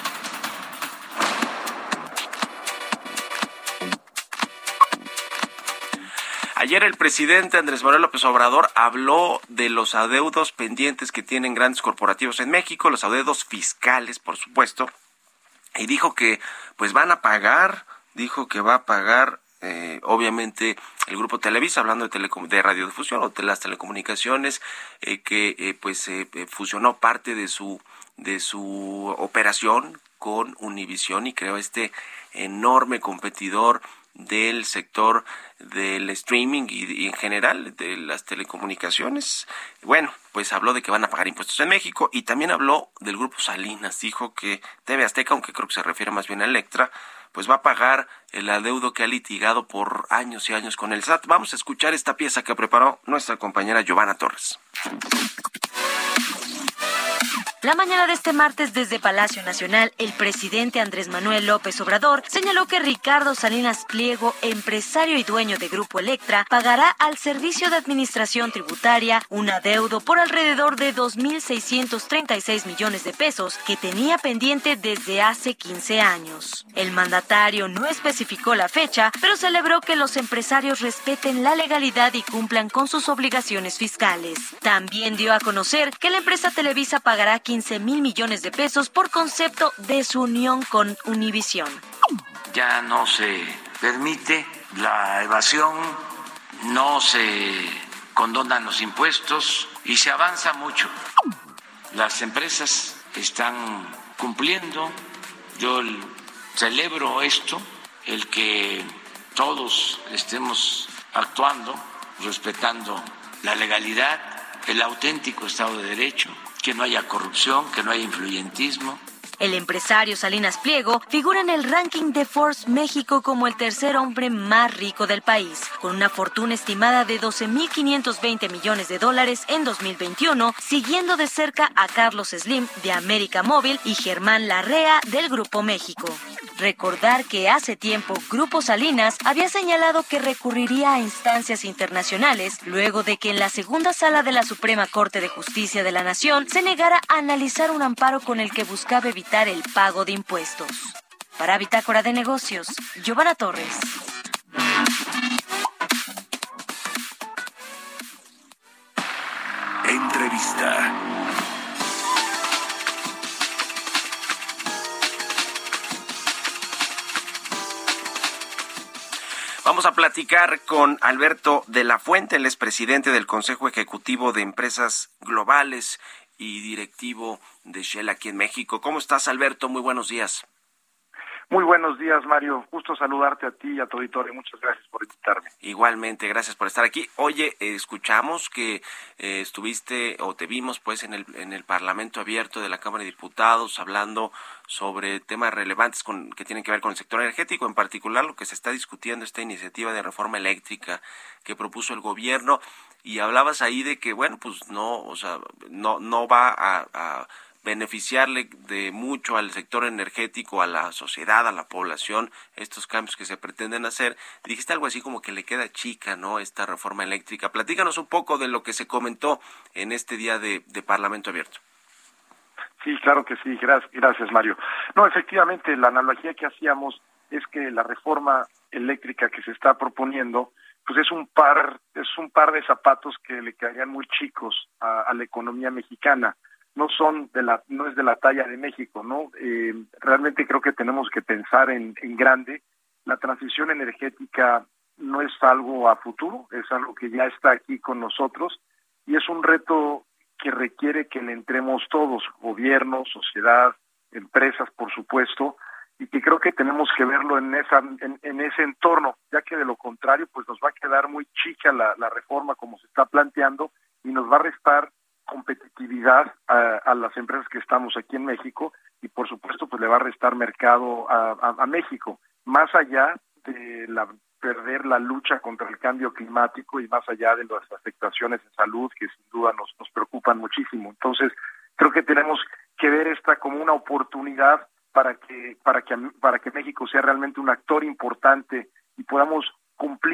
Ayer el presidente Andrés Manuel López Obrador habló de los adeudos pendientes que tienen grandes corporativos en México, los adeudos fiscales, por supuesto, y dijo que pues van a pagar, dijo que va a pagar eh, obviamente el Grupo Televisa, hablando de, telecom- de radiodifusión o de las telecomunicaciones, eh, que eh, pues eh, fusionó parte de su de su operación con Univisión y creó este enorme competidor del sector del streaming y, y en general de las telecomunicaciones. Bueno, pues habló de que van a pagar impuestos en México y también habló del Grupo Salinas. Dijo que T V Azteca, aunque creo que se refiere más bien a Electra, pues va a pagar el adeudo que ha litigado por años y años con el S A T. Vamos a escuchar esta pieza que preparó nuestra compañera Giovanna Torres. La mañana de este martes, desde Palacio Nacional, el presidente Andrés Manuel López Obrador señaló que Ricardo Salinas Pliego, empresario y dueño de Grupo Electra, pagará al Servicio de Administración Tributaria un adeudo por alrededor de dos mil seiscientos treinta y seis millones de pesos que tenía pendiente desde hace quince años. El mandatario no especificó la fecha, pero celebró que los empresarios respeten la legalidad y cumplan con sus obligaciones fiscales. También dio a conocer que la empresa Televisa pagará quince mil millones de pesos por concepto de su unión con Univisión. Ya no se permite la evasión, no se condonan los impuestos y se avanza mucho. Las empresas están cumpliendo. Yo celebro esto, el que todos estemos actuando, respetando la legalidad, el auténtico Estado de Derecho, que no haya corrupción, que no haya influyentismo. El empresario Salinas Pliego figura en el ranking de Forbes México como el tercer hombre más rico del país, con una fortuna estimada de doce mil quinientos veinte millones de dólares en dos mil veintiuno, siguiendo de cerca a Carlos Slim de América Móvil y Germán Larrea del Grupo México. Recordar que hace tiempo Grupo Salinas había señalado que recurriría a instancias internacionales luego de que en la segunda sala de la Suprema Corte de Justicia de la Nación se negara a analizar un amparo con el que buscaba evitar el pago de impuestos. Para Bitácora de Negocios, Giovanna Torres. Entrevista. Vamos a platicar con Alberto de la Fuente, él es presidente del Consejo Ejecutivo de Empresas Globales y directivo de Shell aquí en México. ¿Cómo estás, Alberto? Muy buenos días. Muy buenos días, Mario. Gusto saludarte a ti y a tu auditorio. Muchas gracias por invitarme. Igualmente, gracias por estar aquí. Oye, eh, escuchamos que eh, estuviste o te vimos pues en el en el Parlamento Abierto de la Cámara de Diputados hablando sobre temas relevantes con que tienen que ver con el sector energético, en particular lo que se está discutiendo, esta iniciativa de reforma eléctrica que propuso el gobierno, y hablabas ahí de que bueno, pues no, o sea, no no va a, a beneficiarle de mucho al sector energético, a la sociedad, a la población, estos cambios que se pretenden hacer. Dijiste algo así como que le queda chica, ¿no?, esta reforma eléctrica. Platícanos un poco de lo que se comentó en este día de, de Parlamento Abierto. Sí, claro que sí, gracias, gracias Mario. No, efectivamente, la analogía que hacíamos es que la reforma eléctrica que se está proponiendo, pues es un par, es un par de zapatos que le quedarían muy chicos a, a la economía mexicana. No son de la, no es de la talla de México, ¿no? Eh, realmente creo que tenemos que pensar en, en grande. La transición energética no es algo a futuro, es algo que ya está aquí con nosotros y es un reto que requiere que le entremos todos, gobierno, sociedad, empresas, por supuesto, y que creo que tenemos que verlo en esa, en, en ese entorno, ya que de lo contrario, pues nos va a quedar muy chica la, la reforma como se está planteando y nos va a restar competitividad a, a las empresas que estamos aquí en México y por supuesto pues le va a restar mercado a, a, a México, más allá de la perder la lucha contra el cambio climático y más allá de las afectaciones en salud que sin duda nos, nos preocupan muchísimo. Entonces creo que tenemos que ver esta como una oportunidad para que para que para que México sea realmente un actor importante y podamos cumplir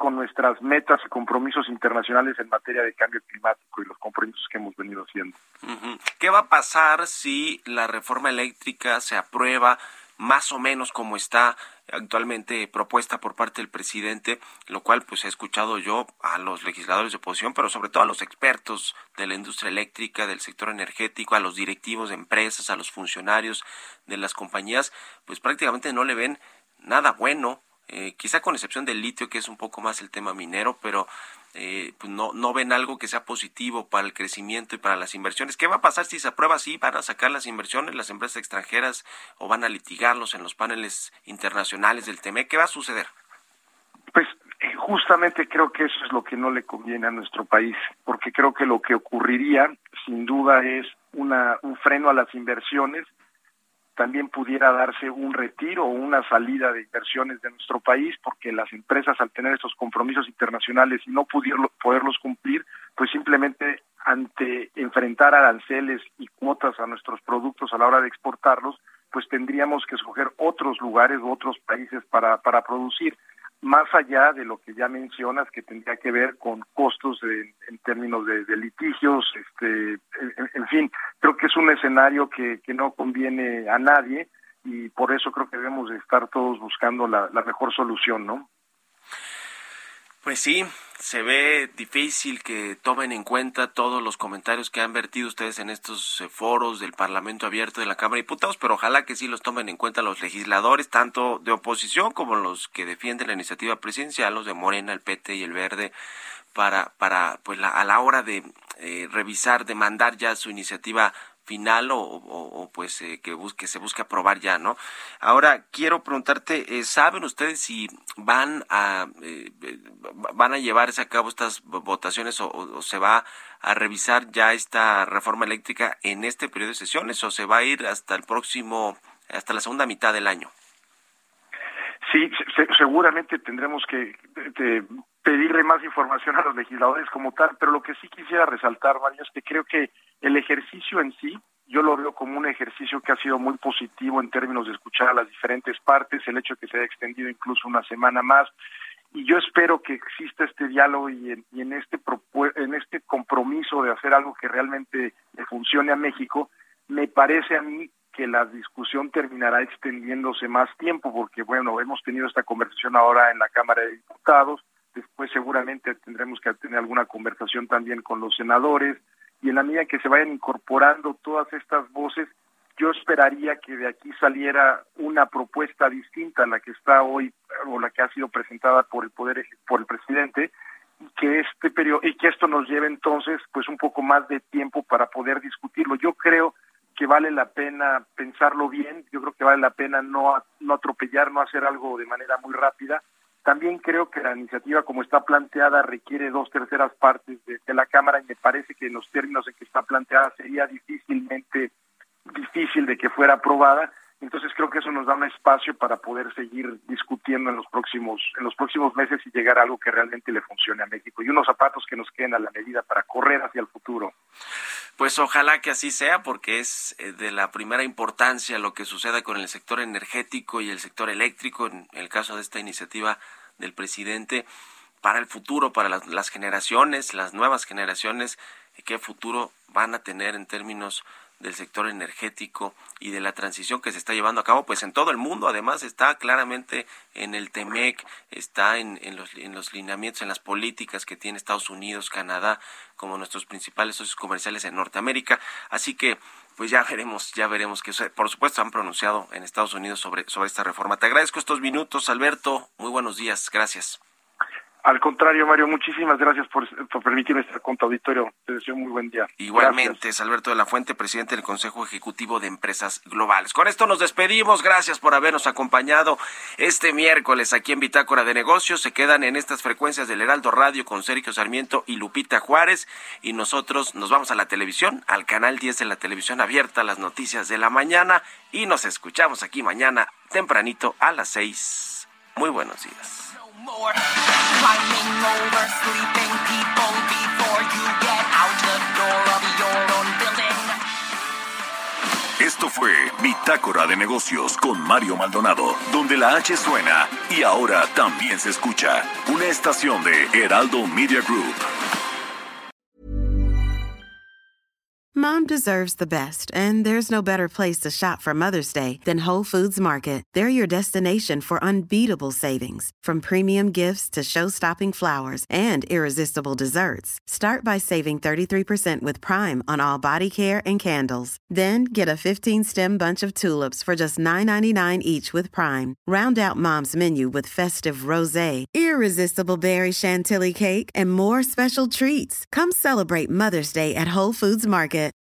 con nuestras metas y compromisos internacionales en materia de cambio climático y los compromisos que hemos venido haciendo. Uh-huh. ¿Qué va a pasar si la reforma eléctrica se aprueba más o menos como está actualmente propuesta por parte del presidente, lo cual pues he escuchado yo a los legisladores de oposición, pero sobre todo a los expertos de la industria eléctrica, del sector energético, a los directivos de empresas, a los funcionarios de las compañías, pues prácticamente no le ven nada bueno, eh, quizá con excepción del litio, que es un poco más el tema minero, pero eh, pues no, no ven algo que sea positivo para el crecimiento y para las inversiones. ¿Qué va a pasar si se aprueba así? ¿Van a sacar las inversiones las empresas extranjeras o van a litigarlos en los paneles internacionales del T M E C? ¿Qué va a suceder? Pues justamente creo que eso es lo que no le conviene a nuestro país, porque creo que lo que ocurriría sin duda es una un freno a las inversiones. También pudiera darse un retiro o una salida de inversiones de nuestro país, porque las empresas, al tener estos compromisos internacionales y no pudirlo, poderlos cumplir, pues simplemente ante enfrentar aranceles y cuotas a nuestros productos a la hora de exportarlos, pues tendríamos que escoger otros lugares u otros países para, para producir, más allá de lo que ya mencionas, que tendría que ver con costos de, en términos de, de litigios, este, en, en fin, creo que es un escenario que, que no conviene a nadie y por eso creo que debemos de estar todos buscando la, la mejor solución, ¿no? Pues sí, se ve difícil que tomen en cuenta todos los comentarios que han vertido ustedes en estos eh, foros del Parlamento Abierto de la Cámara de Diputados, pero ojalá que sí los tomen en cuenta los legisladores, tanto de oposición como los que defienden la iniciativa presidencial, los de Morena, el P T y el Verde, para, para pues la, a la hora de eh, revisar, de mandar ya su iniciativa final o, o, o pues eh, que busque se busque aprobar ya, ¿no? Ahora quiero preguntarte, eh, ¿saben ustedes si van a eh, van a llevarse a cabo estas votaciones o, o se va a revisar ya esta reforma eléctrica en este periodo de sesiones o se va a ir hasta el próximo hasta la segunda mitad del año? Sí, se, seguramente tendremos que de, pedirle más información a los legisladores como tal, pero lo que sí quisiera resaltar, Mario, es que creo que el ejercicio en sí, yo lo veo como un ejercicio que ha sido muy positivo en términos de escuchar a las diferentes partes, el hecho de que se haya extendido incluso una semana más, y yo espero que exista este diálogo y en, y en este en este compromiso de hacer algo que realmente le funcione a México. Me parece a mí que la discusión terminará extendiéndose más tiempo, porque bueno, hemos tenido esta conversación ahora en la Cámara de Diputados, después seguramente tendremos que tener alguna conversación también con los senadores, y en la medida que se vayan incorporando todas estas voces, yo esperaría que de aquí saliera una propuesta distinta a la que está hoy, o la que ha sido presentada por el poder, por el presidente, y que este periodo, y que esto nos lleve entonces pues un poco más de tiempo para poder discutirlo. Yo creo que vale la pena pensarlo bien, yo creo que vale la pena no, no atropellar, no hacer algo de manera muy rápida. También creo que la iniciativa como está planteada requiere dos terceras partes de, de la Cámara y me parece que en los términos en que está planteada sería difícilmente difícil de que fuera aprobada. Entonces creo que eso nos da un espacio para poder seguir discutiendo en los próximos en los próximos meses y llegar a algo que realmente le funcione a México y unos zapatos que nos queden a la medida para correr hacia el futuro. Pues ojalá que así sea, porque es de la primera importancia lo que suceda con el sector energético y el sector eléctrico, en el caso de esta iniciativa del presidente, para el futuro, para las, las generaciones, las nuevas generaciones, qué futuro van a tener en términos del sector energético y de la transición que se está llevando a cabo, pues en todo el mundo. Además está claramente en el T M E C, está en, en, los, en los lineamientos, en las políticas que tiene Estados Unidos, Canadá, como nuestros principales socios comerciales en Norteamérica. Así que pues ya veremos, ya veremos que por supuesto han pronunciado en Estados Unidos sobre, sobre esta reforma. Te agradezco estos minutos, Alberto. Muy buenos días. Gracias. Al contrario, Mario, muchísimas gracias por, por permitirme estar con tu auditorio. Te deseo un muy buen día. Igualmente, gracias. Es Alberto de la Fuente, presidente del Consejo Ejecutivo de Empresas Globales. Con esto nos despedimos. Gracias por habernos acompañado este miércoles aquí en Bitácora de Negocios. Se quedan en estas frecuencias del Heraldo Radio con Sergio Sarmiento y Lupita Juárez. Y nosotros nos vamos a la televisión, al canal diez de la televisión abierta, las noticias de la mañana. Y nos escuchamos aquí mañana tempranito a las seis. Muy buenos días. More climbing over sleeping people before you get out the door of your own building. Esto Esto fue Bitácora de Negocios con Mario Maldonado, donde la H suena y ahora también se escucha. Una estación de Heraldo Media Group. Mom deserves the best, and there's no better place to shop for Mother's Day than Whole Foods Market. They're your destination for unbeatable savings, from premium gifts to show-stopping flowers and irresistible desserts. Start by saving thirty-three percent with Prime on all body care and candles. Then get a fifteen-stem bunch of tulips for just nine ninety-nine each with Prime. Round out Mom's menu with festive rosé, irresistible berry chantilly cake, and more special treats. Come celebrate Mother's Day at Whole Foods Market.